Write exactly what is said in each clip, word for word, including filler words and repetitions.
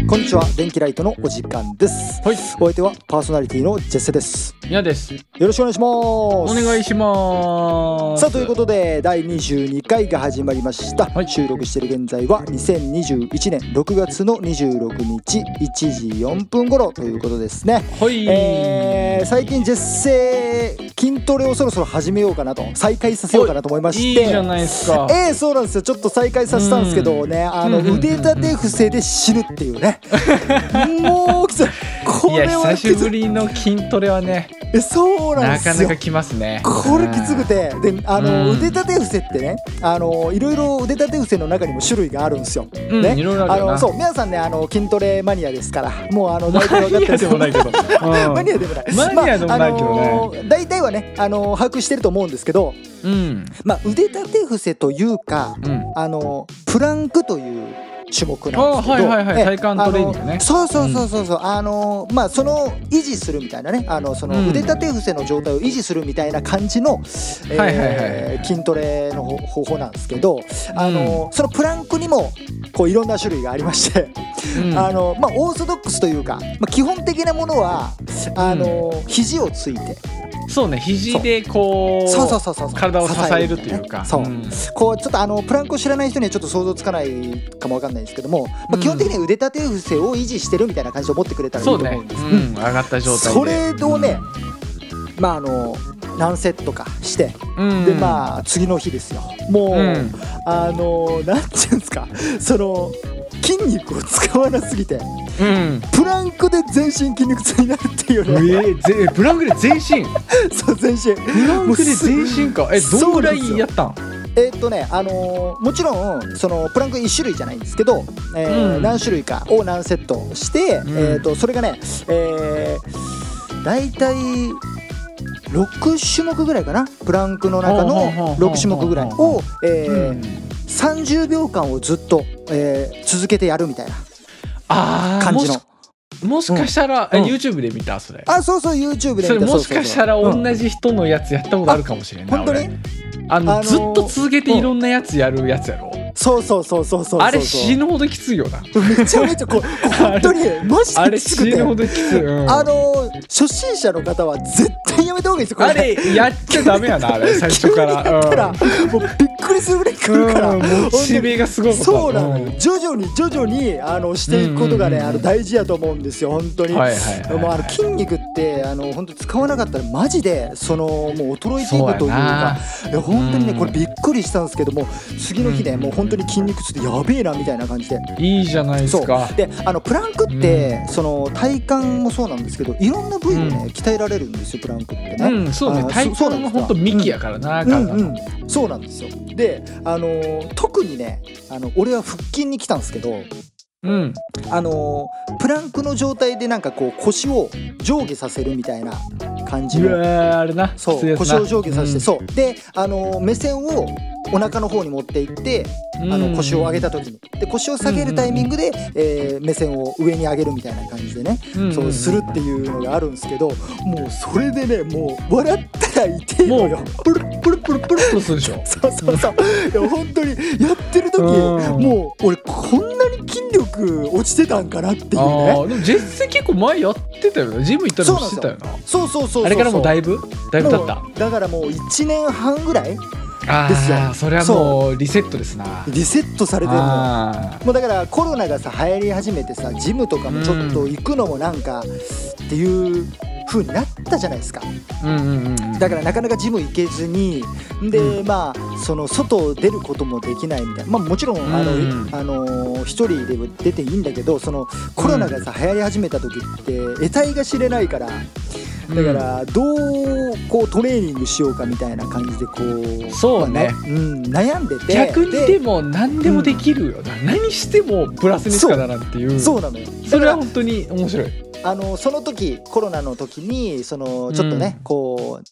こんにちは、電気ライトのお時間です。 はい、 お相手はパーソナリティのジェセです。 やです。 よろしくお願いします。お願いします。 さあ、ということでだいにじゅうにかいが始まりました。はい、収録している現在はにせんにじゅういちねんろくがつのにじゅうろくにちいちじよんぷん頃ということですね。 はい、 えー、最近ジェセ筋トレをそろそろ始めようかなと、再開させようかなと思いまして。 いいじゃないですか。 えー、そうなんですよ。ちょっと再開させたんですけどね、あの腕立て伏せで死ぬっていうねもうきつい。これはきつい。 いや、久しぶりの筋トレはね、 えそうなんですよ。 なかなかきますね。 これきつくて、であの腕立て伏せってね、あのいろいろ腕立て伏せの中にも種類があるんですよ、 うん、 ね、 いろいろあるよな。 あのそう、皆さんね、あの筋トレマニアですから、もうあの大体分かってる。 マニアでもないけど、うん、 マニアでもないマニアでもないけどね、 まああのー、大体はね、あのー、把握してると思うんですけど、 うん、 まあ、腕立て伏せというか、うん、あのプランクという種目なんですけど、 はいはいはい、体幹トレーニングね。 そうそうそうそうそう、うん、あのまあその維持するみたいなね、あのその腕立て伏せの状態を維持するみたいな感じの筋トレの方法なんですけど、あの、うん、そのプランクにもこういろんな種類がありまして、うん、あのまあオーソドックスというか、まあ、基本的なものはあの、うん、肘をついて。 そうね、肘でこう体を支えるというか、 そう、うん、こうちょっとあのプランクを知らない人にはちょっと想像つかないかもわかんないですけども、まあ、基本的には腕立て伏せを維持してるみたいな感じで思ってくれたらいいと思うんです。 そうね、うん、上がった状態でそれをね、うん、まああの何セットかして、うん、でまあ次の日ですよ、もう、うん、あのなんていうんですか、その筋肉を使わなすぎて、うん、プランクで全身筋肉痛になるっていうね、 えー、ぜプランクで全身そう、全身プランクで全身か。え、どんぐらいやったん？ えーっとね、あのー、もちろんそのプランクいち種類じゃないんですけど、えーうん、何種類かを何セットして、うん、えーっとそれがね、えー、だいたいろくしゅもくぐらいかな、プランクの中のろくしゅもくぐらいを、えーうん、さんじゅうびょうかんをずっと、えー、続けてやるみたいな感じの。 もしかしたら、うん、YouTube で見たそれ。 あ、そうそう、 YouTube で見た。 それもしかしたら同じ人のやつやったことあるかもしれない。 本当にあの、あのー、ずっと続けていろんなやつやるやつやろ。 そうそうそうそうそう。 あれ死ぬほどきついよな。 めちゃめちゃこう本当にマジできつくて、 あれ死ぬほどきつい、うん、 あのー、初心者の方は絶対やめた方がいいですよ。これあれやっちゃダメやな、あれ最初から。 やったら、うん、もうびっくりするぐらいくるから、 モチベがすごい。 そうなのよ、うん、徐々に徐々にあのしていくことがね、うんうんうん、あの大事やと思うんですよ、本当に。はいはいはいはい、もうあの筋肉ってあの本当使わなかったらマジでそのもう衰えていくというか、いや本当にね、これびっくりしたんですけども、次の日ね、もう本当に筋肉痛でやべえなみたいな感じで。 いいじゃないですか。 そうで、あのプランクって、うん、その体幹もそうなんですけど、いろんな部位をね、うん、鍛えられるんですよ、プランクってね。 うん、そうね、体幹も本当幹やからな、 うんうんうん、そうなんですよ。で、あのー、特にね、あの俺は腹筋に来たんですけど、うん、あのー、プランクの状態でなんかこう腰を上下させるみたいな感じの、 うわあれな、 そう腰を上下させて、うん、そうで、あのー、目線をお腹の方に持っていって、あの腰を上げた時にで腰を下げるタイミングで、えー、目線を上に上げるみたいな感じでね、そうするっていうのがあるんですけど、もうそれでね、もう笑ったら痛いのよ。 プルプルプルプルプルするでしょ。 そうそうそう、いや本当にやってる時、もう俺こんなに筋力落ちてたんかなっていうね。 あ、でもジェッセ結構前やってたよね。ジム行ったりもしてたよな。 そうそうそうそう。 あれからもうだいぶだいぶ経った。 だからもういちねんはんぐらいですよ。あ、それはもうリセットですな。 リセットされてるの。もうだからコロナがさ流行り始めてさ、ジムとかもちょっと行くのもなんかっていう風になったじゃないですか。うんうんうん、だからなかなかジム行けずにで、うん、まあその外出ることもできないみたいな。まあもちろんあの、うん、あの一人で出ていいんだけど、そのコロナがさ流行り始めた時って得体が知れないから。だからどうこうトレーニングしようかみたいな感じでこう、 そうね、 まあ、うん、悩んでて、 逆にでも何でもできるよな、うん、何してもプラスにしかならんっていう。 そうなのよ。 それは本当に面白い。 あのその時コロナの時にそのちょっとね、うん、こう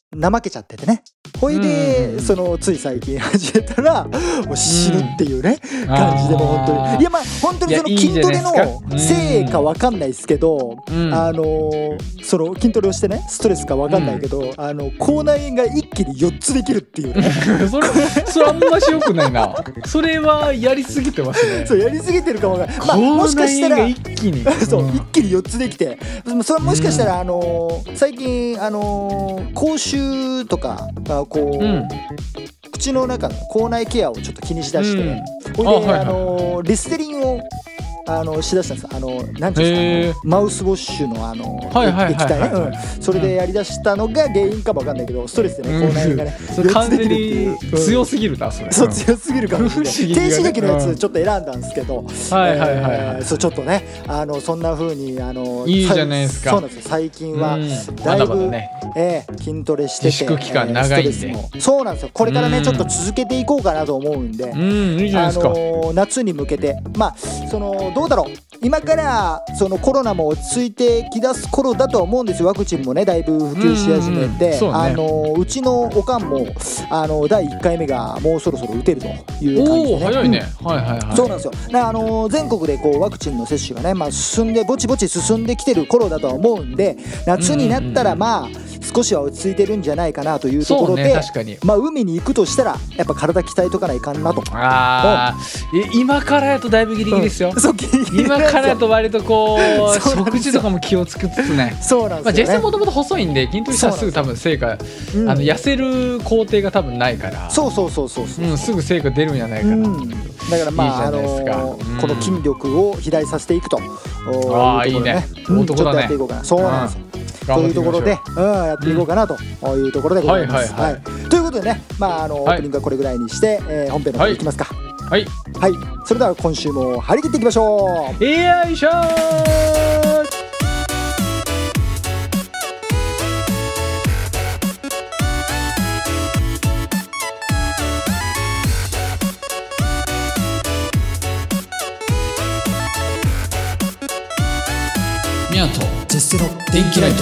怠けちゃっててね。ほいでそのつい最近始めたらもう死ぬっていうね、うん、感じでも本当にいやまあ本当にその筋トレのせいかわかんないですけど、うん、あのその筋トレをしてねストレスかわかんないけど、うん、あの口内炎が一気によっつできるっていうねそれそれあんまし良くないなそれはやりすぎてますね。 そうやりすぎてるかもわかんない、まあ、もしかしたら一気にそう、うん、一気によっつできてそれもしかしたら、あのー、最近、あのー、口臭とかがこう、うん、口の中の口内ケアをちょっと気にしだして、うん、ほいで、あ、はいはい、あのー、リステリンをあのしだしたんです。あのなんていうんですか、マウスウォッシュのあの液体ね、それでやりだしたのが原因かもわかんないけど、ストレスでね口内炎がね完全に強すぎるなそれ。 そう強すぎるかもしれない。低刺激のやつちょっと選んだんですけど、はいはいはい、そうちょっとねあのそんな風にあのいいじゃないですか。 そうなんですよ。最近はだいぶえ筋トレしてて自粛期間長いんで、 そうなんですよ。これからねちょっと続けていこうかなと思うんで、 うんいいじゃないですか。 夏に向けてまあそのどうだろう、今からそのコロナも落ち着いてきだす頃だとは思うんですよ。ワクチンもねだいぶ普及し始めて、う、ね、あのうちのおかんもあのだいいっかいめがもうそろそろ打てるという感じでね。 お早いね、うん、はいはいはい。 そうなんですよ。あの全国でこうワクチンの接種がね、まあ、進んでぼちぼち進んできてる頃だとは思うんで、夏になったらまあ少しは落ち着いてるんじゃないかなというところで、ね、確かにまあ海に行くとしたらやっぱ体鍛えとかないかんなと。 ああ、今からやとだいぶギリギリですよ、うん、そうギリギリ今からやと割とこう食事とかも気をつけつつね。 そうなんですよね。まあ、 実際もともと細いんで筋トレしたらすぐ多分成果、うん、あの痩せる工程が多分ないから、 そうそうそうそうそう、うん、 すぐ成果出るんじゃないかな、うん、 だからまあいいあのーうん、この筋力を肥大させていくと、 ああいいね、 うん、ちょっとやっていこうかな。そうなんですよ。というところで、うん、やっていこうかなというところでございます。はいはいはいはい、ということでね、まああの、はい、オープニングはこれぐらいにして、えー、本編の方に行きますか。 はい、 はい、それでは今週も張り切っていきましょう。 よいしょー。ミヤとジェスの電気ライト。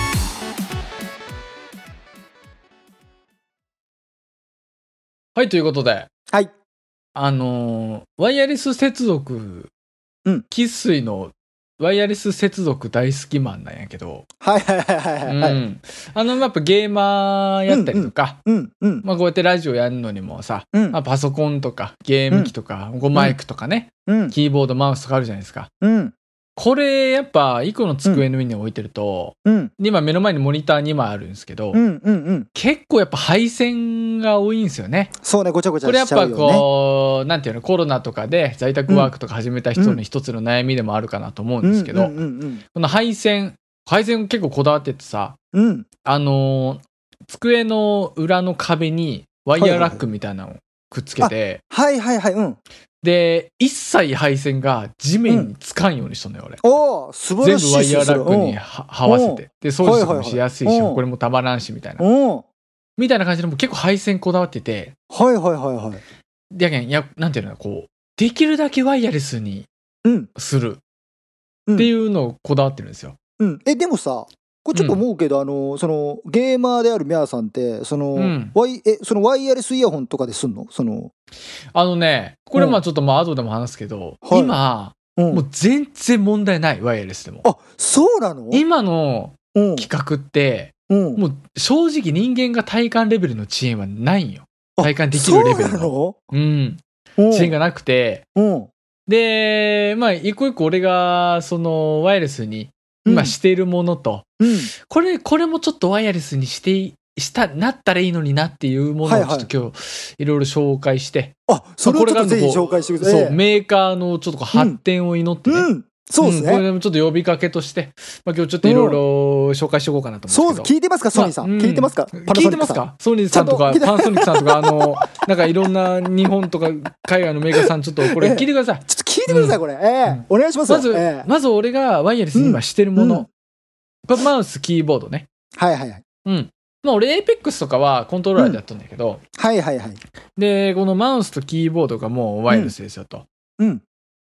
はいということで、 はい、 あのー、ワイヤレス接続、 うん、 生粋のワイヤレス接続大好きマンなんやけど、 はいはいはいはいはい、うん、 あのやっぱゲーマーやったりとか、 うんうん、 まあこうやってラジオやるのにもさ、うん、まあ、パソコンとかゲーム機とか、うん、マイクとかね、うん、キーボードマウスとかあるじゃないですか。うん、これやっぱ一個の机の上に置いてると、うん、今目の前にモニターにまいあるんですけど、うんうんうん、結構やっぱ配線が多いんですよね。 そうね、ごちゃごちゃしちゃうよね。 これやっぱこうなんていうの、コロナとかで在宅ワークとか始めた人の一つの悩みでもあるかなと思うんですけど、この配線配線結構こだわっててさ、うん、あのー、机の裏の壁にワイヤーラックみたいなのをくっつけて、 はいはいはい、うん、 で一切配線が地面につかんようにしとんのよ俺、 うん、お素晴らしい。 全部ワイヤーラックにはわせて、で掃除とかもしやすいし、これもたまらんしみたいなみたいな感じでも結構配線こだわってて、 はいはいはいはい。 でやけんやなんていうの、こうできるだけワイヤレスにするっていうのをこだわってるんですよ。 うん、えでもさこれちょっと思うけど、うん、あのそのゲーマーであるミャーさんってその、うん、ワイえそのワイヤレスイヤホンとかですんの？そのあのね、これまあちょっとまあ後でも話すけど、うん、今、はい、もう全然問題ない、ワイヤレスでも。 あ、そうなの？ 今の企画って、うん、もう正直人間が体感レベルの遅延はないんよ。体感できるレベルの。そうなの？うん。遅延がなくて、うん、でまあ一個一個俺がそのワイヤレスに今しているものと、うん、これこれもちょっとワイヤレスにしてしたなったらいいのになっていうものをちょっと今日いろいろ紹介して、 あ、それをちょっとぜひ紹介してください。 そう、メーカーのちょっと発展を祈ってね、うんうん、 そうですね、 うん、これもちょっと呼びかけとして、まあ、今日ちょっといろいろ紹介しておこうかなと思うんですけど、 そう聞いてますかソニーさん、まあうん、聞いてますかパナソニックさん、 聞いてますかソニーさんとかパナソニックさんとかあのなんかいろんな日本とか海外のメーカーさんちょっとこれ聞いてください、えー、ちょっと聞いてください、うん、これ、えーうん、お願いします。 まず、 えー、 まず俺がワイヤレスに今してるもの、うん、これマウスキーボードね、 はいはいはい、 うん、まあ俺 エーペックス とかはコントローラーでやったんだけど、うん、 はいはいはい、 でこのマウスとキーボードがもうワイヤレスですよと、うん、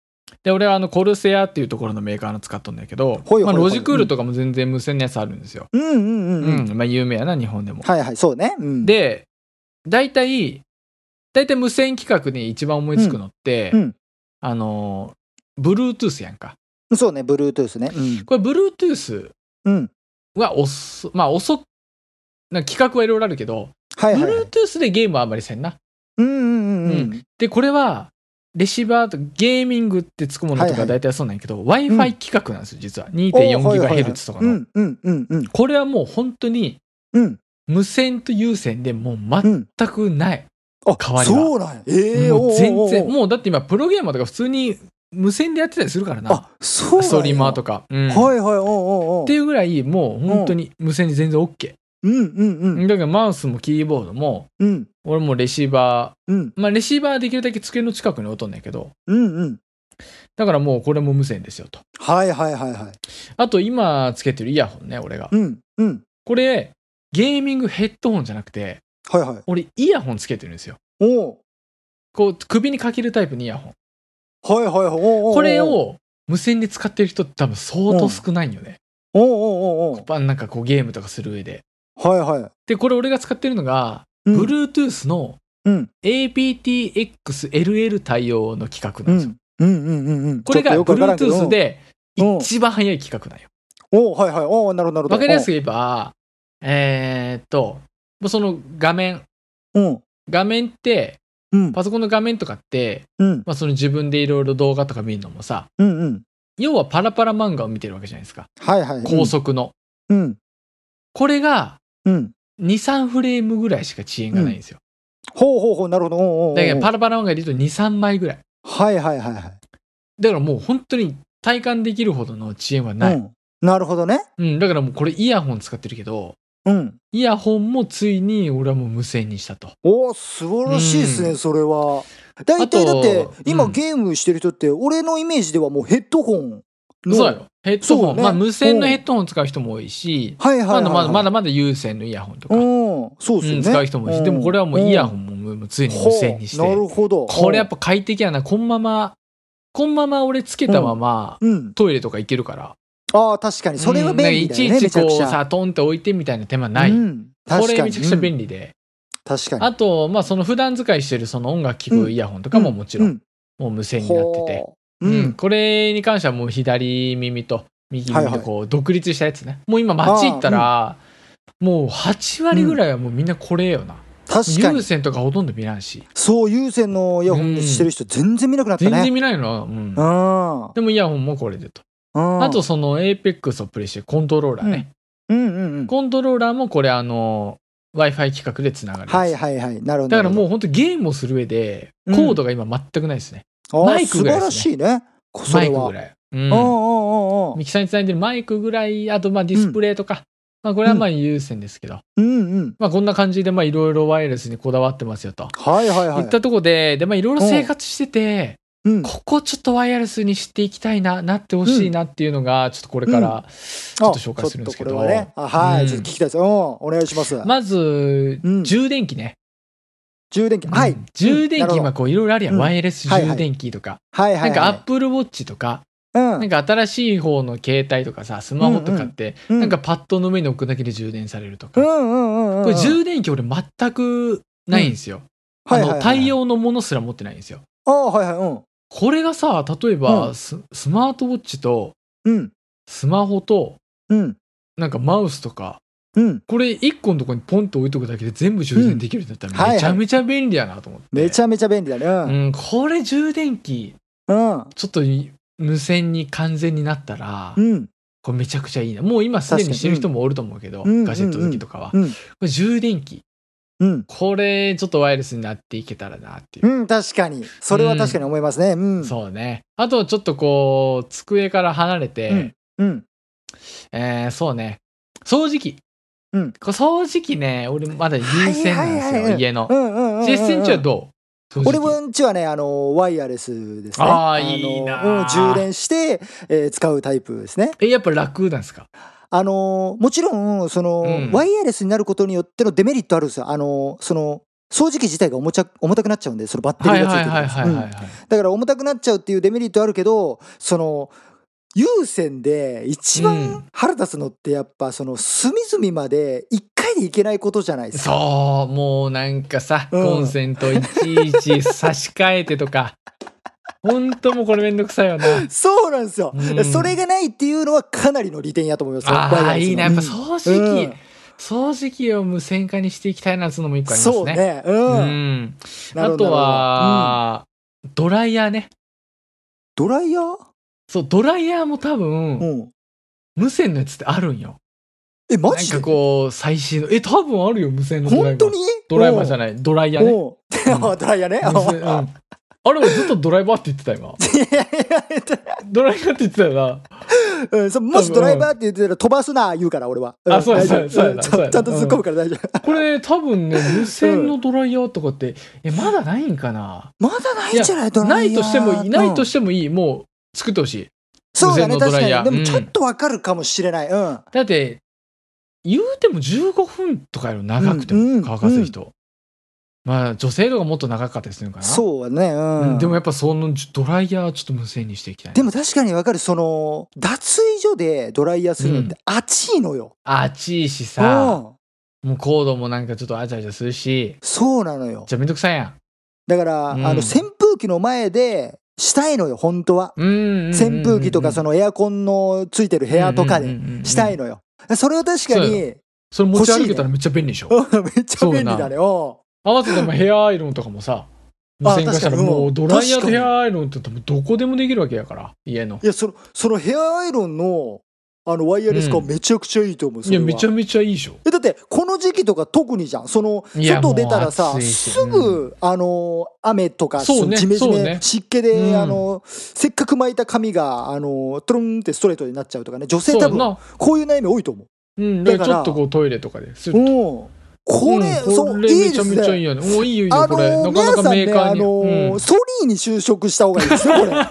で俺はあのコルセアっていうところのメーカーの使っとんだけど、まあ、ロジクールとかも全然無線のやつあるんですよ。 うんうんうんうん、 うん、まあ有名やな日本でも。 はいはいそうね、うん、 で大体大体無線規格に一番思いつくのって、うんうん、あの Bluetooth やんか。 そうね Bluetooth ね、 うん、これ Bluetooth は遅、まあ遅な規格はいろいろあるけど、はいはいはい、Bluetooth でゲームはあんまりせんな。 うんうんうんうん、 でこれはレシーバーとゲーミングってつくものとか大体そうなんやけど、はいはい、Wi-Fi 規格なんですよ実は にてんよんギガヘルツ とかの。これはもう本当に無線と有線でもう全くない、うん、変わりは。そうなんや、えー、もう全然もうだって今プロゲーマーとか普通に無線でやってたりするからな。あ、そうなんや。ストリーマーとか、うん、はいはい、おうおうおうっていうぐらいもう本当に無線で全然 OK。うんうんうん、だからマウスもキーボードも、うん、俺もレシーバー、うん、まあレシーバーできるだけ机の近くに置いとんねんけど、うんうん、だからもうこれも無線ですよと。はいはいはいはい。あと今つけてるイヤホンね俺が、うんうん、これゲーミングヘッドホンじゃなくて、はいはい、俺イヤホンつけてるんですよ。おこう首にかけるタイプのイヤホン。はいはいはい。おうおうおう、これを無線で使ってる人って多分相当少ないんよね。おうおうおうおう、なんかこうゲームとかする上で。はいはい。で、これ俺が使ってるのが、うん、Bluetooth の エーピーティーエックスエルエル 対応の規格なんですよ。うんうんうんうんうん。これが Bluetooth で一番速い規格なんよ。おはいはい。おなるほどなるほど。わかりやすく言えば、えー、っと、その画面、うん、画面って、うん、パソコンの画面とかって、うん、まあその自分でいろいろ動画とか見るのもさ、うんうん、要はパラパラ漫画を見てるわけじゃないですか。はいはい。高速の。うん、これが、うん、に、さんフレームぐらいしか遅延がないんですよ。うん、ほうほうほう、なるほど。おうおうおう、だからパラパラ漫画で言うとに、さんまいぐらい。はいはいはいはい。だからもう本当に体感できるほどの遅延はない。うん、なるほどね。うん、だからもうこれイヤホン使ってるけど、うん、イヤホンもついに俺はもう無線にしたと。おー、素晴らしいですね、うん、それは。大体だって今ゲームしてる人って俺のイメージではもうヘッドホンの、そうよ。ヘッドホン、ね、まあ無線のヘッドホン使う人も多いし、はいはいはいはい、まだまだまだ有線のイヤホンとか、そうですね、うん、使う人も多いし、でもこれはもうイヤホンももうついに無線にして、なるほど。これやっぱ快適やな。こんままこんまま俺つけたまま、うん、トイレとか行けるから。ああ確かにそれは便利だよね、うん、いちいちこうさトンって置いてみたいな手間ない、うん、これめちゃくちゃ便利で、うん、確かに。あとまあその普段使いしてるその音楽聴くイヤホンとかももちろん、うん、もう無線になってて、うんうん、これに関してはもう左耳と右耳でこう独立したやつね、はいはい、もう今街行ったら、うん、もうはちわりぐらいはもうみんなこれよな。確かに有線とかほとんど見ないし。そう有線のイヤホンしてる人全然見なくなったね、うん、全然見ないの、うん、あでもイヤホンもこれでと。あとその エーペックス をプレイしてるコントローラーね、うんうんうんうん、コントローラーもこれあの Wi-Fi 規格でつながるんです。はいはいはい、なるほど。だからもう本当ゲームをする上でコードが今全くないですね、うん、マイクぐらいですね。素晴らしいねそれは。マイクぐらい、うん、おうおうおう、ミキサーにつないでるマイクぐらい、あとまあディスプレイとか、うん、まあこれはまあ有線ですけど、うんうんうん、まあこんな感じでまあいろいろワイヤレスにこだわってますよと、はいはいはい、いったところででまあいろいろ生活してて、うん、ここちょっとワイヤレスにしていきたいな、なってほしいなっていうのが、ちょっとこれからちょっと紹介するんですけど。うん、これはね、はい、うん、ちょっと聞きたいです。お願いします。まず、うん、充電器ね。充電器、はい。充電器、今こういろいろあるやん。ワイヤレス充電器とか。はいはい。なんか Apple Watch とか、うん、なんか新しい方の携帯とかさ、スマホとかって、うんうん、なんかパッドの上に置くだけで充電されるとか。これ充電器俺全くないんですよ。あの、対応のものすら持ってないんですよ。ああ、はいはい、うん。これがさ、例えば、うん、ス, スマートウォッチと、うん、スマホと、うん、なんかマウスとか、うん、これいっこのとこにポンと置いとくだけで全部充電できるんだったらめちゃめちゃ便利やなと思って、うんはいはい、めちゃめちゃ便利だね、うん、これ充電器、うん、ちょっと無線に完全になったら、うん、これめちゃくちゃいいな。もう今すでにしてる人もおると思うけど、うん、ガジェット好きとかは、うんうんうん、これ充電器、うん、これちょっとワイヤレスになっていけたらなっていう。うん、確かにそれは確かに思いますね、うん、そうね。あとちょっとこう机から離れて、うんうん、えー、そうね、掃除機、うん、掃除機ね、俺まだ優先なんですよ、はいはいはい、家の。ジェスセンチはどう？俺んちはね、あのワイヤレスですね。ああ、いいな、うん。充電して、えー、使うタイプですね。え、やっぱ楽なんですか？あのー、もちろんその、うん、ワイヤレスになることによってのデメリットあるんですよ。あのー、その掃除機自体が重ちゃ重たくなっちゃうんで、そのバッテリーがついてるんです。だから重たくなっちゃうっていうデメリットあるけど、その有線で一番腹立つのってやっぱその隅々まで一回でいけないことじゃないですか。 そうもうなんかさ、うん、コンセントいちいち差し替えてとかほんともうこれめんどくさいよな。 そうなんですよ、うん、それがないっていうのはかなりの利点やと思います。 ああいいな、やっぱ掃除機、うん、掃除機を無線化にしていきたいなっていうのも一個ありますね。 そうね、うん、うん、 あとは、うん、ドライヤーね。 ドライヤー？ そうドライヤーも多分、うん、無線のやつってあるんよ。 えマジで？ なんかこう最新のえ多分あるよ無線のドライバー。本当に？ドライバーじゃないドライヤーね。 うん、ドライヤーね。うんあれもずっとドライバーって言ってた今。ドライバーって言ってたよな。 うん、そもしドライバーって言ってたら飛ばすな言うから俺は。 あ、そうやそうやそうや。 ちゃんと突っ込むから大丈夫。 これ多分ね無線のドライヤーとかってえまだないんかな。 まだないんじゃない？ドライヤー。 ないとしてもいないとしてもいい、もう作ってほしい。 そうだね確かに。でもちょっとわかるかもしれない。うん。 だって言うてもじゅうごふんとかより長くても乾かす人。まあ女性とかもっと長かったりするのかな。 そうね、うん、 でもやっぱそのドライヤーちょっと無線にしていきたい。 でも確かに分かる。その脱衣所でドライヤーするのって暑いのよ、 うん、暑いしさ、うん、もうコードもなんかちょっとあちゃあちゃするし。 そうなのよ。 じゃあめんどくさいやん。 だから、うん、あの扇風機の前でしたいのよ本当は。扇風機とかそのエアコンのついてる部屋とかでしたいのよ。それは確かにそれ持ち歩けたらめっちゃ便利でしょ。 めっちゃ便利だね。 合わせてもヘアアイロンとかもさ無線化したらもうドライヤーとヘアアイロンってどこでもできるわけやから家の。 いやそのそのヘアアイロンのあのワイヤレス化めちゃくちゃいいと思う、うん、 いやめちゃめちゃいいでしょ。 えだってこの時期とか特にじゃん。その外出たらさすぐ、うん、あの雨とかそう、ね、 ジメジメ、 ね、 湿気で、うん、あのせっかく巻いた髪があのトロンってストレートになっちゃうとかね。女性多分こういう悩み多いと思う。 うん、だからちょっとこうトイレとかでするとこれ、うん、 そういいですね。めちゃめちゃいいよね。もういいよいいよこれ。なかなかメーカーに、 あのーうん、ソニーに就職した方がいいですよこれ。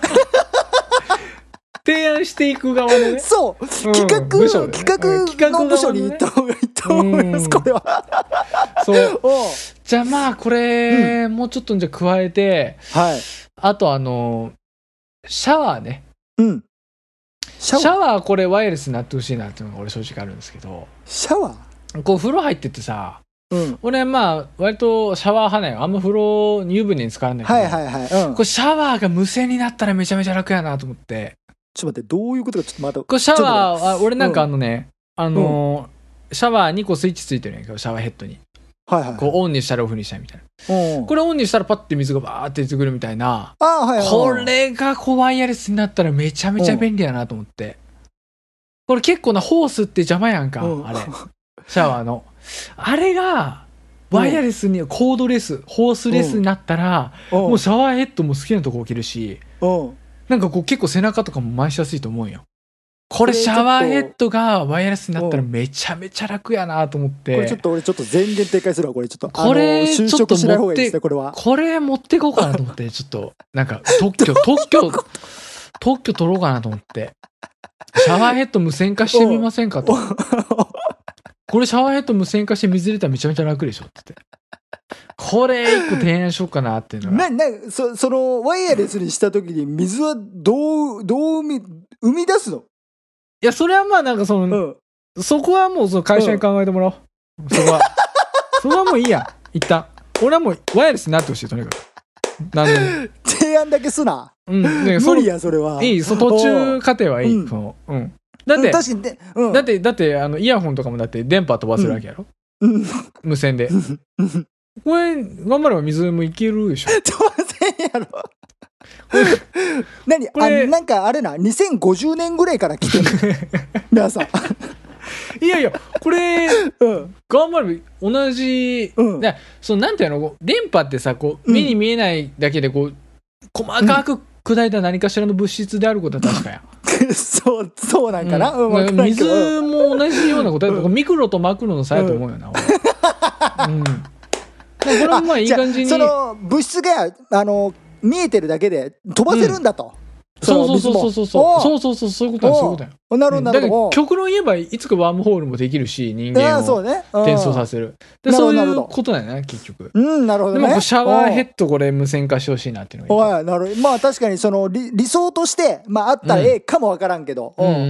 提案していく側のね。 そう、企画、うん、企画の部署に行った方がいいと思います、うん、これは。 そう。じゃあまあこれ、うん、もうちょっとじゃ加えて、 はい。 あとあのシャワーね。 うん。 シャワー、シャワーこれワイヤレスになってほしいなっていうのが俺正直あるんですけど。 シャワー？こう風呂入っててさ。 うん、 俺まあ割とシャワー派なんよ。あんま風呂湯船に使わないけど、 はいはいはい、うん、 これシャワーが無線になったらめちゃめちゃ楽やなと思って。 ちょっと待ってどういうことかちょっとまた。 これシャワーは俺なんかあのね、うん、あのー、シャワーにこうスイッチついてるんやけどシャワーヘッドに、 はいはい、 こうオンにしたらオフにしたらみたいな、うん、これオンにしたらパッて水がバーって出てくるみたいな。 あ、はいはい、 これがこうワイヤレスになったらめちゃめちゃ便利やなと思って、うん、これ結構なホースって邪魔やんか、うん、あれシャワーのあれがワイヤレスにコードレスホースレスになったら、うん、もうシャワーヘッドも好きなとこ置けるし、 うん、 なんかこう結構背中とかも回しやすいと思うよ。これシャワーヘッドがワイヤレスになったらめちゃめちゃ楽やなと思って。 これちょっと俺ちょっと全言撤回するわ。これちょっとこれ就職しない方がいいですね。これはこれ持っていこうかなと思ってちょっとなんか特許特許特許取ろうかなと思ってシャワーヘッド無線化してみませんかと。これシャワーヘッド無線化して水入れたらめちゃめちゃ楽でしょって言って。これ一個提案しようかなっていうのが。 なな そ, そのワイヤレスにした時に水はどうどう生み生み出すの？ いやそれはまあなんかその、うん、そこはもうその会社に考えてもらおう、うん、そこはそれはもういいや一旦。俺はもうワイヤレスになってほしいとにかく。何でも提案だけすな、 うん、 無理やそれは。 いいその途中過程はいい、うん、そのうんだって、うん、 確かにで、うん、 だってだってあのイヤホンとかもだって電波飛ばせるわけやろ、うん、無線でこれ頑張れば水もいけるでしょ。 飛ばせんやろ何これあなんかあれなにせんごじゅうねんぐらいから来てる皆さんいやいやこれ、うん、頑張れば同じ、うん、だそのなんていうの電波ってさこう目に見えないだけでこう細かく砕いた何かしらの物質であることは確かや、 うん、そうそうなんかな、うんうん、水も同じようなことだと、うん、ミクロとマクロの差やと思うよな、うんうん、これもまあいい感じにその物質があの見えてるだけで飛ばせるんだと、 そうそうそうそうそうそうそうそうそういうことだよそういうことだよ。 なるほどなるほど。 だから極論言えばいつかワームホールもできるし人間を転送させる。でそういうことだよね結局。 うんなるほどね。 でもシャワーヘッドこれ無線化してほしいなっていうのがいい。 なるほど。まあ確かにその 理, 理想としてまああったらええかもわからんけど。うんうんうん。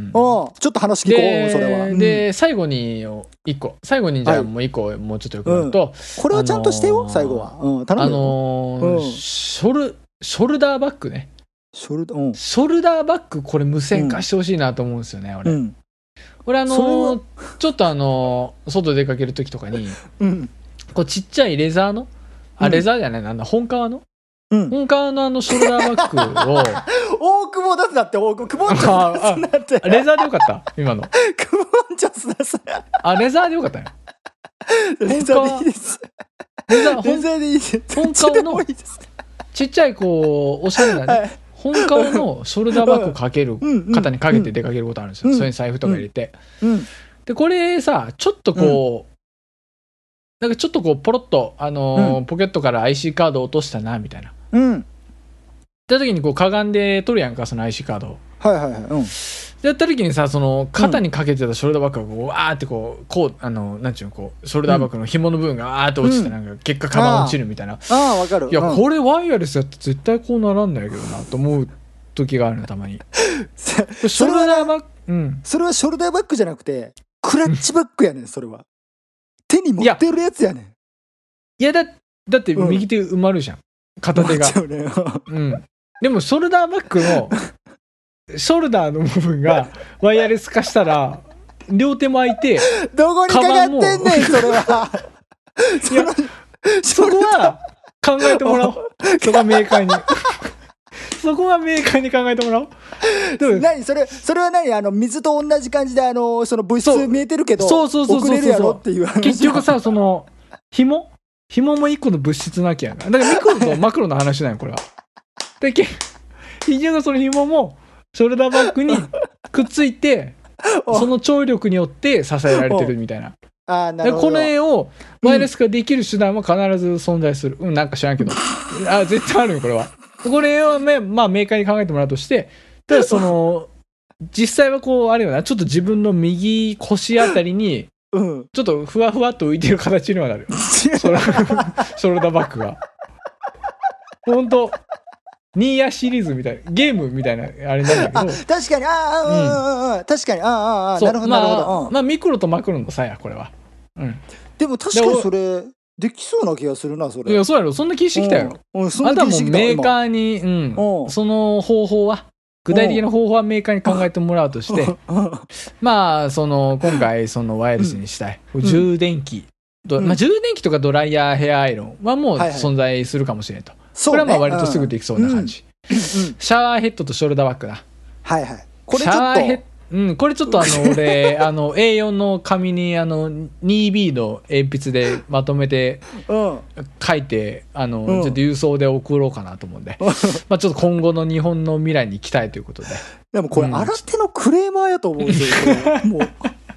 ちょっと話聞こうそれは。 で最後に一個最後にじゃあもう一個もうちょっとよくなるとこれはちゃんとしてよ最後は。うん頼むよ。 あのショルショルダーバッグね。 ショルダー、うん、 ショルダーバッグこれ無線化してほしいなと思うんですよね、うん、俺、うん、俺あのー、ちょっとあのー、外出かける時とかに、うん、こうちっちゃいレザーのあ、うん、レザーじゃないなんだ本革の、うん、本革のあのショルダーバッグを大久保出すなって大久保クボンチョス出すなってレザーでよかった今のクボンチョス出すなあレザーでよかったよレザーでいいですレザーレザーでいいです本革のちっちゃいこうおしゃれなね、はい本革のショルダーバッグかける肩にかけて出かけることあるんですよ、うん、それに財布とか入れて、うん、でこれさちょっとこう、うん、なんかちょっとこうポロッと、あのーうん、ポケットから アイシー カード落としたなみたいな、うん、って時にこうかがんで取るやんかその アイシー カードをはいはいはい、うん、 でやった時にさその肩にかけてたショルダーバッグがこうわーってこうこうあのなんちゅうのこうショルダーバッグの紐の部分がわーって落ちて、うん、なんか結果カバン落ちるみたいな、 ああわかるいや、うん、これワイヤレスやって絶対こうならんないけどなと思う時があるのたまにショルダーバッグ、うん、 それはショルダーバッグじゃなくてクラッチバッグやねんそれは手に持ってるやつやねんいや だ, だって右手埋まるじゃん、うん、片手が、ねうん、でもショルダーバッグのショルダーの部分がワイヤレス化したら両手も空いてどこにかかってんねんそれはいやそこは考えてもらおうそこはメーカーにそこはメーカーに考えてもらおう何それそれは何あの水と同じ感じであのその物質見えてるけどそうそうそうそうそう送れるやろっていう話結局さその紐紐も一個の物質なきゃだからミクロとマクロの話なんよこれはで結局その紐もショルダーバッグにくっついてその張力によって支えられてるみたいなあなるほどこれをワイヤレス化できる手段は必ず存在する、うん、うん、なんか知らんけどあ絶対あるよこれはこれは、ねまあ、メーカーに考えてもらうとしてただその実際はこうあれよなちょっと自分の右腰あたりにちょっとふわふわっと浮いてる形にはなるショルダーバッグがほんとニーヤシリーズみたいなゲームみたいなあれなんだけどあ確かにああ、うんうんうん、確かにああああなるほどなるほど、 まあ、まあミクロとマクロの差やこれは、うん、 でも確かにそれできそうな気がするなそれいやそうやろそんな気してきたやろ、うんうん、そんな気してきたあとはもうメーカーに、うん、その方法は具体的な方法はメーカーに考えてもらうとしてまあその今回そのワイヤレスにしたい、うん、充電器、うんまあ、充電器とかドライヤーヘアアイロンはもう存在するかもしれんと、はいはいこれはまあ割とすぐできそうな感じ、うんうん、シャワーヘッドとショルダーバッグだはいはいこれちょっとシャワーヘッうん、これちょっとあの俺あの エーよん の紙にあの ツービー の鉛筆でまとめて書いてあの、うん、ちょっと郵送で送ろうかなと思うんでまあちょっと今後の日本の未来に期待ということででもこれ新手のクレーマーやと思うんですよ、うん、もう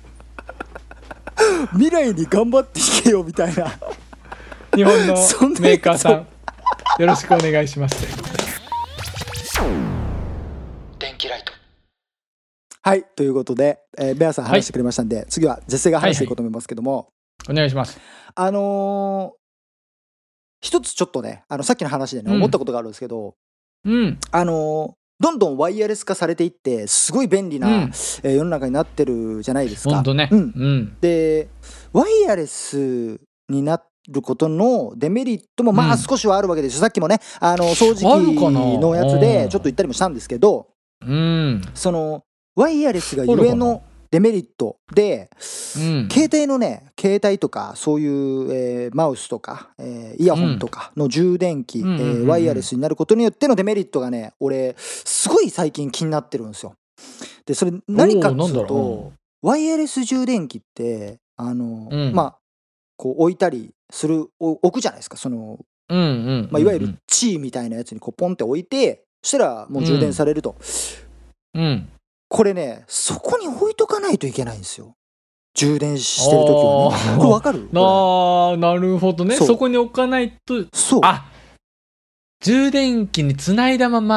未来に頑張っていけよみたいな日本のメーカーさんよろしくお願いします電気ライトはいということで、えー、ベアさん話してくれましたんで、はい、次は絶世が話していこうと思いますけども、はいはい、お願いしますあのー、一つちょっとねあのさっきの話でね、うん、思ったことがあるんですけど、うん、あのー、どんどんワイヤレス化されていってすごい便利な、うんえー、世の中になってるじゃないですか。 本当ね、 うんうん、でワイヤレスになることのデメリットもまあ少しはあるわけですよ、うん、さっきもねあの掃除機のやつでちょっと言ったりもしたんですけど、うん、そのワイヤレスがゆえのデメリットで、うん、携帯のね携帯とかそういう、えー、マウスとか、えー、イヤホンとかの充電器、うんえー、ワイヤレスになることによってのデメリットがね俺すごい最近気になってるんですよ。でそれ何かっていうとワイヤレス充電器ってあの、うん、まあこう置いたりする置くじゃないですかその、うんうんうんうんまあ、いわゆるチーみたいなやつにこうポンって置いてそしたらもう充電されると、うんうんこれねそこに置いとかないといけないんですよ充電してる時はね。これ分かる？ ああなるほどね そ, そこに置かないとそうあ充電器につないだまま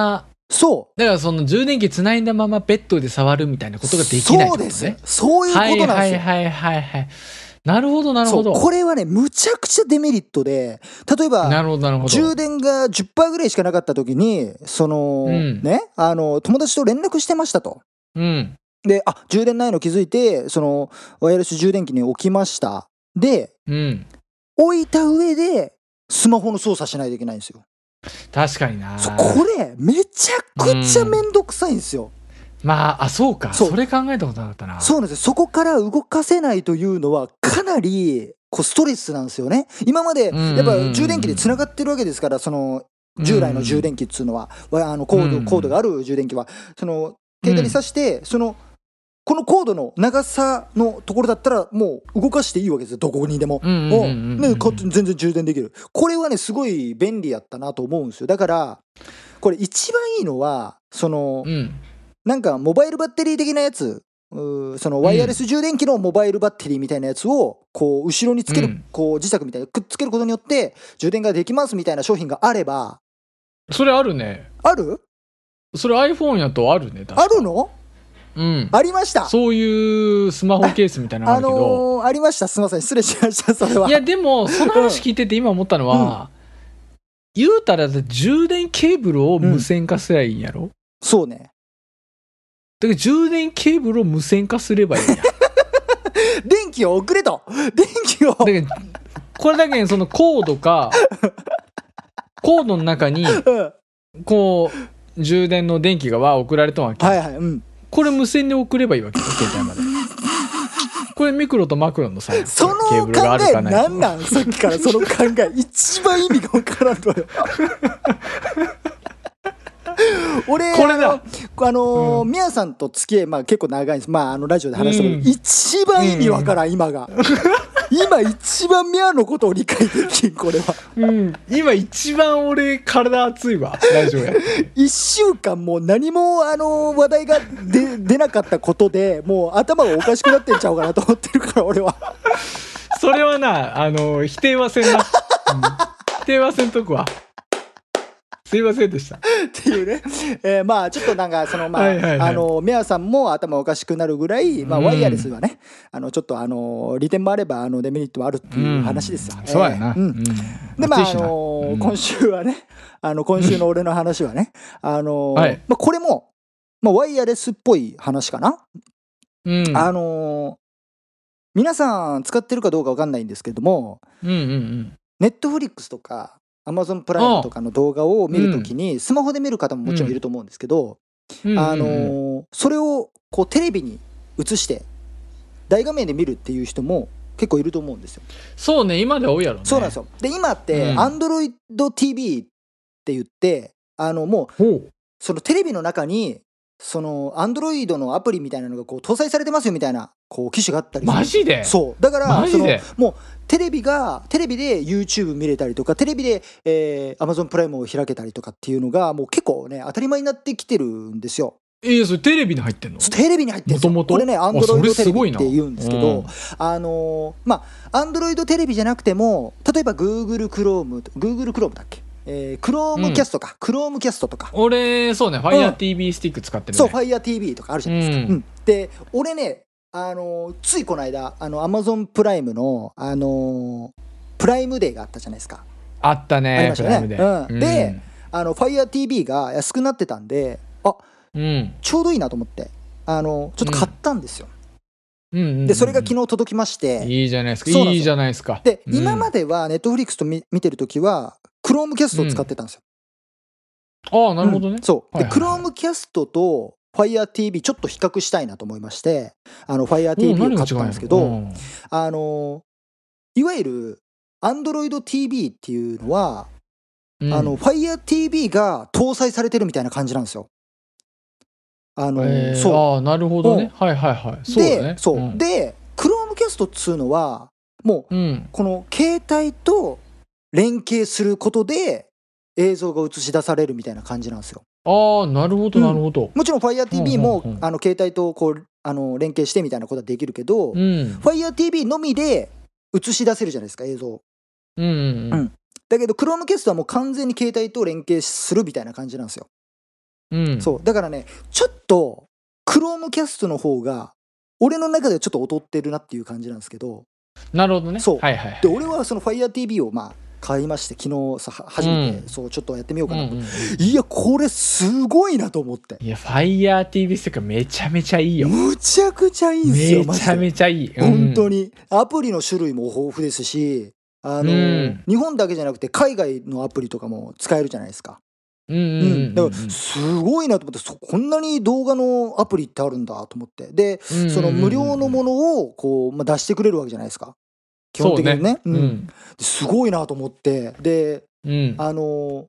そうだからその充電器つないだままベッドで触るみたいなことができないってことね。 そうです。そういうことなんですよ。 はいはいはいはい。なるほどなるほど。 これはねむちゃくちゃデメリットで、例えばなるほどなるほど充電が じゅっパーセント ぐらいしかなかった時にその、うん、ねあの友達と連絡してましたと。うん、であ充電ないの気づいてそのワイヤレス充電器に置きました。で、うん、置いた上でスマホの操作しないといけないんですよ。 確かにな。 そうこれめちゃくちゃめんどくさいんですよ。 うん、まああそうか そ, それ考えたことなかったな。 そうなんですよ。そこから動かせないというのはかなりこうストレスなんですよね。今までやっぱ充電器でつながってるわけですから、その従来の充電器っていうのはあのコードコードがある充電器はその携帯に挿してそのこのコードの長さのところだったらもう動かしていいわけですよ。どこにでも全然充電できる。これはねすごい便利やったなと思うんですよ。だからこれ一番いいのはその、うん、なんかモバイルバッテリー的なやつ、そのワイヤレス充電器のモバイルバッテリーみたいなやつをこう後ろにつける、うん、こう磁石みたいなくっつけることによって充電ができますみたいな商品があれば。 それあるね。 ある？ それ iPhone やとあるね。 あるの？うん、ありました。 そういうスマホケースみたいなのあるけど、あのー、ありました。すみません失礼しましたそれは。 いやでもその話聞いてて今思ったのは、うん、言うたら充電ケーブルを無線化すりゃいいんやろ、うん、 そうね。 だから充電ケーブルを無線化すればいいんや電気を送れと電気をだけこれだけそのコードかコードの中にこう充電の電気がわ送られたわけ、はいはいうん、これ無線で送ればいいわけよ携帯までこれミクロとマクロのさそのケーブルがあるかないなんなんさっきからその考え一番意味が分からんのよ俺これだあのみや、うん、さんと付き合い、まあ、結構長いんです。まああのラジオで話したけど、うん、一番意味わからん、うん、今が今一番みやのことを理解できんこれは、 うん、今一番俺体熱いわラジオやいっしゅうかんもう何もあの話題がで出なかったことでもう頭がおかしくなってんちゃうかなと思ってるから俺はそれはなあの否定はせんな、うん、否定はせんとこはすいませんでしたっていうね、えー、まあちょっとなんかそのまあ、はいはいはい、あのメアさんも頭おかしくなるぐらい、まあ、ワイヤレスはね、うん、あのちょっとあの利点もあればあのデメリットもあるっていう話ですよ、 うんえー、そうやな、うん、 でまああの、うん、今週はねあの今週の俺の話はねあの、はいまあ、これも、まあ、ワイヤレスっぽい話かな、うん、あの皆さん使ってるかどうか分かんないんですけども、うんうんうん、ネットフリックスとかアマゾンプライムとかの動画を見るときに、うん、スマホで見る方ももちろんいると思うんですけど、うん、あのー、それをこうテレビに映して大画面で見るっていう人も結構いると思うんですよ。 そうね今で多いやろね。 そうなんですよ。で今って Android ティーブイ って言ってあのもうそのテレビの中にその Android のアプリみたいなのがこう搭載されてますよみたいなこう機種があったりする。 マジで？ そうだからそのもうテレビがテレビで YouTube 見れたりとかテレビで、えー、Amazon プライムを開けたりとかっていうのがもう結構ね当たり前になってきてるんですよ。 えー、それテレビに入ってんの？ テレビに入ってんの。もともとこれね Android テレビって言うんですけど、うん、あのー、まあ Android テレビじゃなくても例えば Google Chrome Google Chrome だっけえー、Chromecast か、うん、Chromecast とか俺そうね FireTV スティック使ってるね。 そう FireTV とかあるじゃないですか、うんうん、で俺ねあのー、ついこの間あの Amazon プライムの、あのー、プライムデーがあったじゃないですか。 あったねありましたね、 うん、であの FireTV が安くなってたんであ、うん、ちょうどいいなと思ってあのちょっと買ったんですよ、うんうんうんうん、でそれが昨日届きまして。 いいじゃないですかいいじゃないですか。 で、うん、今までは Netflix と見てるときはChromecast を使ってたんですよ、 うん、ああなるほどね、うん、 そうで、はいはいはい、Chromecast と FireTV ちょっと比較したいなと思いましてあの FireTV を買ったんですけど、うん、あのいわゆる Android ティーブイ っていうのは、うん、あの FireTV が搭載されてるみたいな感じなんですよ。あの、 えー、そうあなるほどね、はいはいはいそうだね。 そう、うん、で Chromecast っつうのはもう、うん、この携帯と連携することで映像が映し出されるみたいな感じなんですよ。 ああなるほどなるほど、うん、 もちろん FireTV も、うんうんうん、あの携帯とこうあの連携してみたいなことはできるけど、うん、FireTV のみで映し出せるじゃないですか映像、うんうんうんうん、だけど Chromecast はもう完全に携帯と連携するみたいな感じなんですよ。 うん、 そうだからねちょっと Chromecast の方が俺の中ではちょっと劣ってるなっていう感じなんですけど。 なるほどね。 そう、 はいはいはい、 で俺はその FireTV をまあ買いまして、昨日さ初めて、うん、そうちょっとやってみようかなと、うんうんうん、いやこれすごいなと思って。 いや FireTV スティックめちゃめちゃいいよ。 むちゃくちゃいいんですよ。 めちゃめちゃいい、 うん、本当にアプリの種類も豊富ですし、あの、うん、日本だけじゃなくて海外のアプリとかも使えるじゃないですか。 うんうんうんうん、 だからすごいなと思って、そこんなに動画のアプリってあるんだと思って、で、うんうんうんうん、その無料のものをこう、まあ、出してくれるわけじゃないですか基本的に ね, ね、うんうん、すごいなと思って。で、うん、あの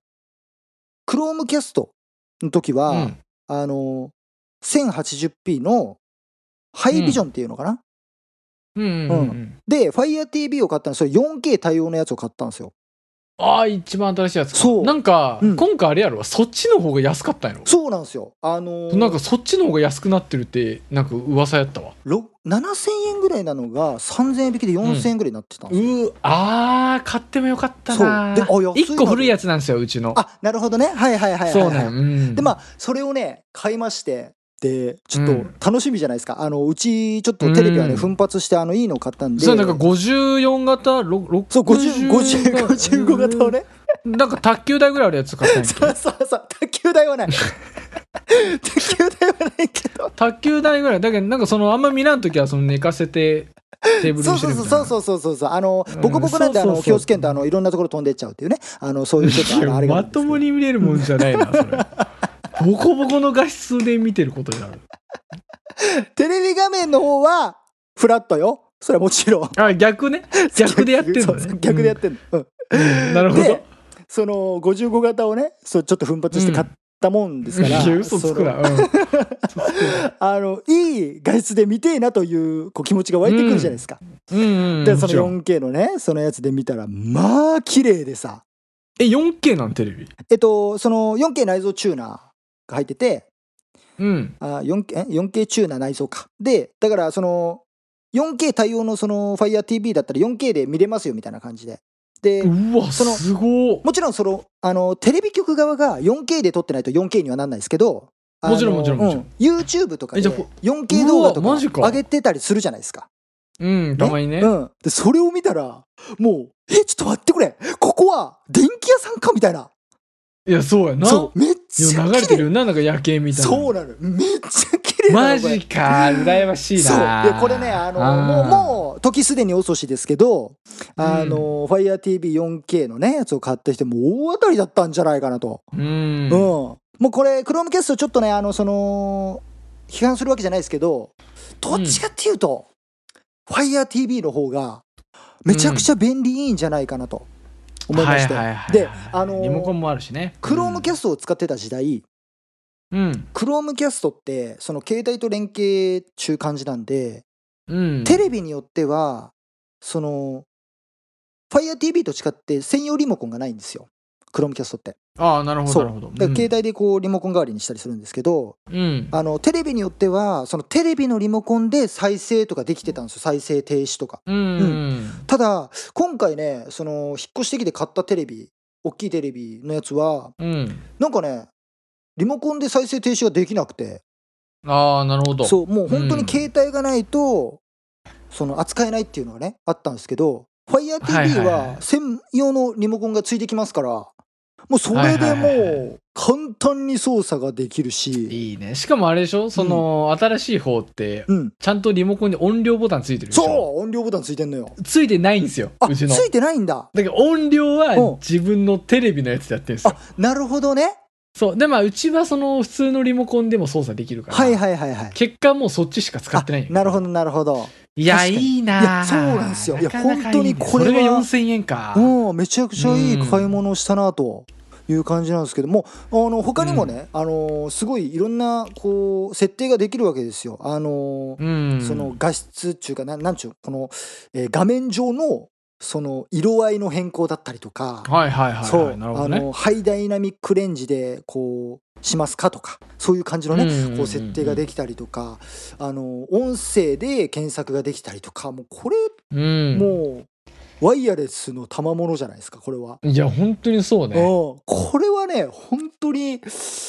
Chromecast の時は、うん、あの せんはちじゅっピー のハイビジョンっていうのかな、 うんうんうんうん、 で FireTV を買ったのそれ よんケー 対応のやつを買ったんですよ。 ああ一番新しいやつか。そうなんか、うん、今回あれやろそっちの方が安かったんやろ。 そうなんですよ。あのー、 なんかそっちの方が安くなってるってなんか噂やったわ。 ななせんえんぐらいなのがさんぜんえん引きでよんせんえんぐらいになってたんですよ、 うん、うあー買ってもよかったな。そうであいっこ古いやつなんですようちの。 あなるほどねはいはいはいはい、はい、 そうね、うん、 でまあそれをね買いまして、でちょっと楽しみじゃないですか、うん、あのうちちょっとテレビはね、うん、奮発してあのいいの買ったんで。 そうなんかごじゅうよん型ろくそうごじゅう ごじゅう ごじゅうご型をね、 なんか卓球台ぐらいあるやつ買ったんやけど。 そうそうそう卓球台はない卓球台はないけど卓球台ぐらいだけど、なんかそのあんま見らんときはその寝かせてテーブルにしてるみたいな。 そうそうそうそうそうあのボコボコなんで、あの気をつけんとあのいろんなところ飛んでっちゃうっていうね、あのそういうちょっとあのあれがまともに見れるもんじゃないなそれボコボコの画質で見てることになるテレビ画面の方はフラットよそれはもちろん。 あ逆ね逆でやってんのね。 そう逆でやってんの、うんうん、なるほど。 でそのごじゅうご型をねそうちょっと奮発して買ったもんですから、 うん、嘘つくな、うん、 あのいい画質で見てえなというこう気持ちが湧いてくるじゃないですか、 うんうんうん、 でその よんケー のねそのやつで見たらまあ綺麗でさ。 え よんケー なんテレビえっとその よんケー 内蔵チューナーが入ってて、 うん、 あ よんケー, よんケーチューナー内蔵かで、だからその よんケー 対応のその FireTV だったら よんケー で見れますよみたいな感じで。でうわそのすごもちろんそのあのテレビ局側が よんケー で撮ってないと よんケー にはなんないですけど、 もちろんもちろんもちろん、うん、 YouTube とかで よんケー 動画とか上げてたりするじゃないですか。 うんたまにね、 うん、でそれを見たらもうえちょっと待ってくれここは電気屋さんかみたいな。 いやそうやな。 そうめっちゃ流れてるよな、なんか夜景みたいな。 そうなのめっちゃ綺麗なマジか羨ましいな。 そうでこれねあのあもうもう時すでに遅しですけど、あの、うん、FireTV よんケー のねやつを買った人も大当たりだったんじゃないかなと。 うん、うん、 もうこれ Chromecast ちょっとねあのその批判するわけじゃないですけど、どっちかっていうと、うん、FireTV の方がめちゃくちゃ便利いいんじゃないかなと思いまして、であのリモコンもあるしね。 Chromecast を使ってた時代、うん、Chromecast ってその携帯と連携中感じなんで、うん、テレビによってはその FireTV と違って専用リモコンがないんですよ Chromecast って。 ああなるほどなるほど。 だから携帯でこうリモコン代わりにしたりするんですけど、うん、あのテレビによってはそのテレビのリモコンで再生とかできてたんですよ、再生停止とか、 うんうん、 ただ今回ねその引っ越してきて買ったテレビ大きいテレビのやつは、うん、なんかねリモコンで再生停止ができなくて。 ああなるほど。 そうもう本当に携帯がないと、うん、その扱えないっていうのがねあったんですけど、 FireTV は専用のリモコンがついてきますから、もうそれでもう簡単に操作ができるし、 いいね。しかもあれでしょその、うん、新しい方ってちゃんとリモコンに音量ボタンついてるでしょ。 そう音量ボタンついてんのよ。 ついてないんですようちの。 ついてないんだ。 だから音量は自分のテレビのやつでやってるんですよ。 あなるほどね。 そうでまあうちはその普通のリモコンでも操作できるから、 はいはいはいはい、 結果もうそっちしか使ってないんや。 なるほどなるほど。 いやいいな。いやそうなんですよ。いや本当にこれはそれがよんせんえんか。 うんめちゃくちゃいい買い物をしたなという感じなんですけども、あの他にもね、うん、あのすごいいろんなこう設定ができるわけですよ。あの、うん、その画質っていうかななんちゅうこの、えー、画面上のその色合いの変更だったりとか、 はいはいはい、はい、 そうなるほどね、 あのハイダイナミックレンジでこうしますかとかそういう感じのね、うん、こう設定ができたりとか、あの音声で検索ができたりとか、もうこれ、うん、もうワイヤレスの賜物じゃないですかこれは。 いや本当にそうね。 これはね本当に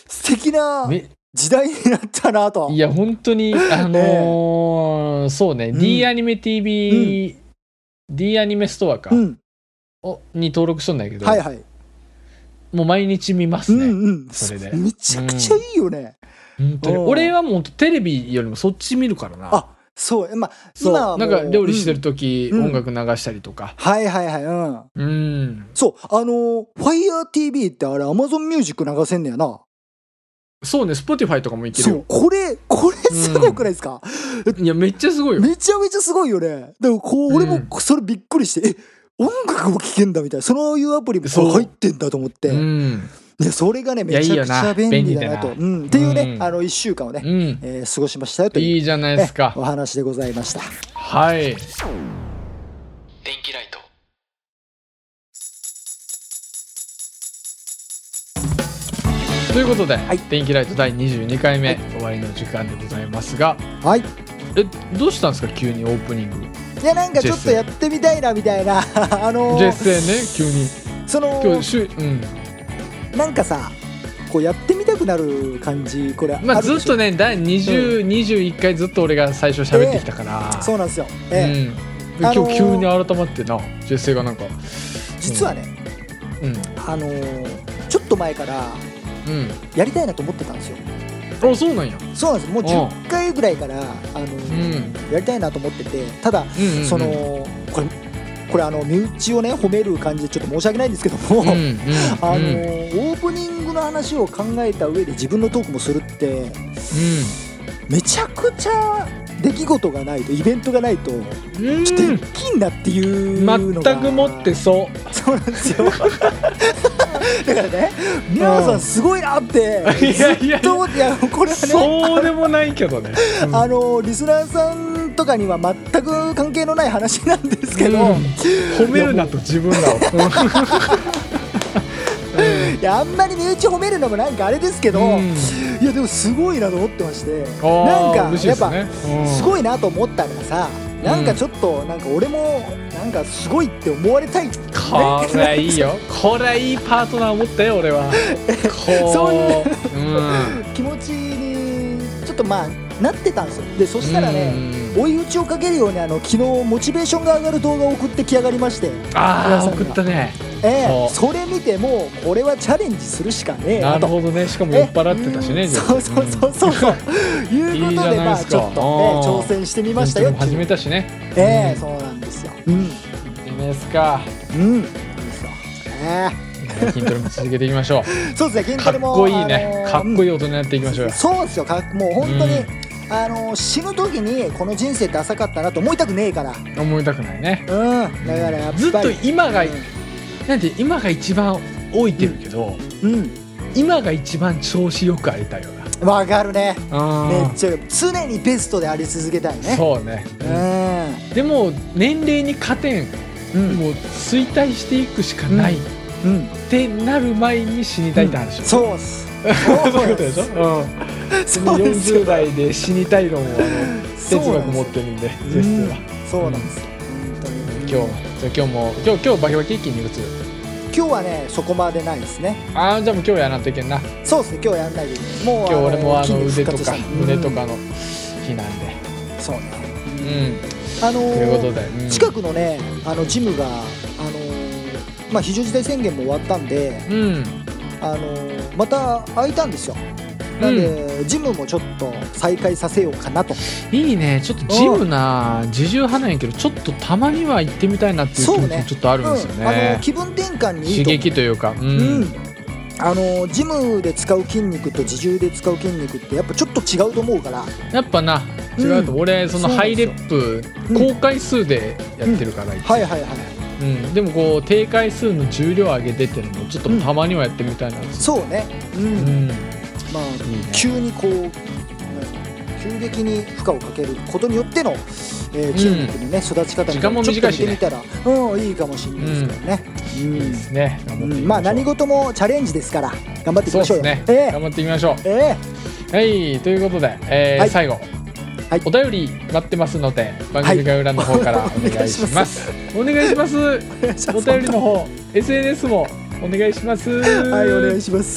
素敵な時代になったなと。 いや本当にあのー、そうね、うん、D アニメ ティーブイ、うん、D アニメストアか、うん、おに登録しとんだけど、はいはい、もう毎日見ますね、うんうん、それでめちゃくちゃいいよね、 うん、本当に俺はもうテレビよりもそっち見るからな。 あ、そうまあそう今はもうなんか料理してる時、うん、音楽流したりとか、 はいはいはい、うん、 うん、 そうあのー、Fire ティーブイ ってあれ Amazon Music 流せんねやな。 そうね、Spotify とかもいけるよ。 そうこれこれすごくないですか、 うん、いやめっちゃすごいよ。 めちゃめちゃすごいよね。でもこう俺もそれびっくりして、うん、え音楽も聴けんだみたいな、そういうアプリも入ってんだと思って、うん、でそれがねめちゃくちゃ便利だなと、うん、っていうね、うん、あのいっしゅうかんをね、うん、えー、過ごしましたよという、 いいじゃないですか、 お話でございました。 はい。電気ライトということで、はい、電気ライトだいにじゅうにかいめ、はい、終わりの時間でございますが、 はい、 えどうしたんですか急にオープニング。 いやなんかちょっとやってみたいなみたいなあのー、 ジェスね急にその今日しゅ、うん、 なんかさこうやってみたくなる感じこれ、 まあ、ずっとねだいにじゅう、うん、にじゅういっかいずっと俺が最初喋ってきたから、 えー、そうなんですよ、えーうん、今日急に改まってなジェスがなんか実はね、うん、あのー、ちょっと前からうん、やりたいなと思ってたんですよ。 あ、そうなんや。 そうなんです。もうじゅっかいぐらいからあの、うん、やりたいなと思ってて、ただ、うんうんうん、そのこれこれあの身内をね褒める感じでちょっと申し訳ないんですけども、うんうんうん、あのオープニングの話を考えた上で自分のトークもするって、うん、めちゃくちゃ出来事がないとイベントがないとちょっとできんなっていうのが全くもってそうそうなんですよだからね皆さんすごいなってずっと思って、いやこれはねそうでもないけどね、 うん、あのリスナーさんとかには全く関係のない話なんですけど、うん、 褒めるなと自分らをいやあんまり身内褒めるのもなんかあれですけど、うん、いやでもすごいなと思ってまして、なんかやっぱすごいなと思ったのがさ、なんかちょっとなんか俺もなんかすごいって思われたい、ね、 これはいいよこれはいいパートナー思ったよ俺はそんな、うん、気持ちにちょっとまあなってたんですよ。でそしたらね、追い打ちをかけるようにあの昨日モチベーションが上がる動画を送ってきやがりまして、 ああ送ったね、 えー、そ, それ見てもうこれはチャレンジするしかねえなと。なるほどね、しかも酔っ払ってたしね、 そうそうそうそうそう、うん、いうことでまあちょっと、ね、挑戦してみましたよ。 始めたしね、 ええー、そうなんですよ。うん、いいですか。 うん、いいですよ。えー、筋トレも続けていきましょう。 そうですね、筋トレもかっこいいね、あのー、かっこいい大人やっていきましょうよ。 そうですよ、かもう本当に、うん、あのー、死ぬ時にこの人生って浅かったなと思いたくねえから。 思いたくないね。 うん、だからやっぱりずっと今が、うん、なんて今が一番老いてるけど、うんうん、今が一番調子よくありたいよな。 わかるね、めっちゃ常にベストであり続けたいね。 そうね、うん、でも年齢に勝てん、うん、もう衰退していくしかない、うん、ってなる前に死にたいって話、うん、 そうっすそういうことでしょ、うん、そのよんじゅう代で死にたい論をあの哲学持ってるんで、ジェスはそうなんですよ、本当に。 今日じゃあ今日も今日今日バキバキ筋肉痛。 今日はねそこまでないですね。 ああじゃあもう今日やらんといけんな。 そうですね、今日やんないでもう今日俺もあの腕とか胸とかの日なんで、 うん、そうね、 うん、あのー、ということで、 うん、近くのねあのジムがあのー、まあ非常事態宣言も終わったんで、うん、あのー、また開いたんですよ。なんで、うん、ジムもちょっと再開させようかなと。 いいね、ちょっとジムな自重派なんやけどちょっとたまには行ってみたいなっていう気持ちもちょっとあるんですよね。 うん、あの気分転換にいいと刺激というか、うんうん、 あのジムで使う筋肉と自重で使う筋肉ってやっぱちょっと違うと思うから。 やっぱな違うと、うん、俺そのハイレップ高回数でやってるから、うんうん、 はいはいはい、 うん、でもこう低回数の重量上げてっていうのもちょっとたまにはやってみたいな、うん、 そうね、うん、うんまあ、いいね、急にこう急激に負荷をかけることによっての、えー、筋肉のね、うん、育ち方にちょっと見てみたら、うん、いいかもしれないですけどね、うん、いいですね、頑張っていきましょう、うん、まあ何事もチャレンジですから頑張っていきましょうよ。 そうですね、えー、頑張っていきましょう、えー、はいということで、えーはい、最後、はい、お便り待ってますので番組概要欄の方からお願いします、はい、お願いしますお便りの方 エスエヌエス もお願いします。 はいお願いします。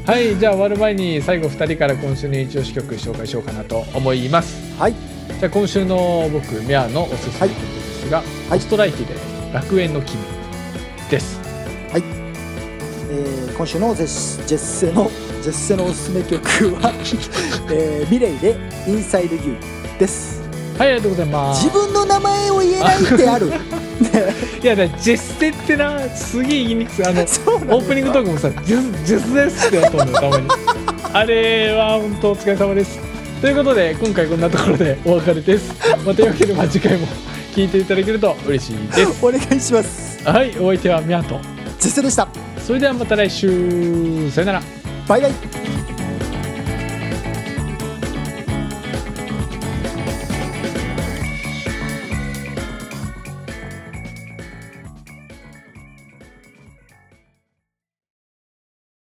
はい、じゃあ終わる前に最後ふたりから今週の一押し曲紹介しようかなと思います。 はい。 じゃあ今週の僕ミャアのおすすめ曲ですが、はい、オストライキで楽園の君です。 はい。えー、今週のジェスジェッセのジェッセのおすすめ曲は、えー、ミレイでインサイドユーです。 はい、ありがとうございます。 自分の名前を言えないってある。 いやだジェスセってなすげえ言いにくい。あのオープニングトークもさジェスジェスですってやったんだよたまに。あれは本当お疲れ様です。ということで今回こんなところでお別れです。またよければ次回も聞いていただけると嬉しいです。 お願いします。 はい、お相手はミャアとジェスセでした。 それではまた来週、さよなら。 バイバイ。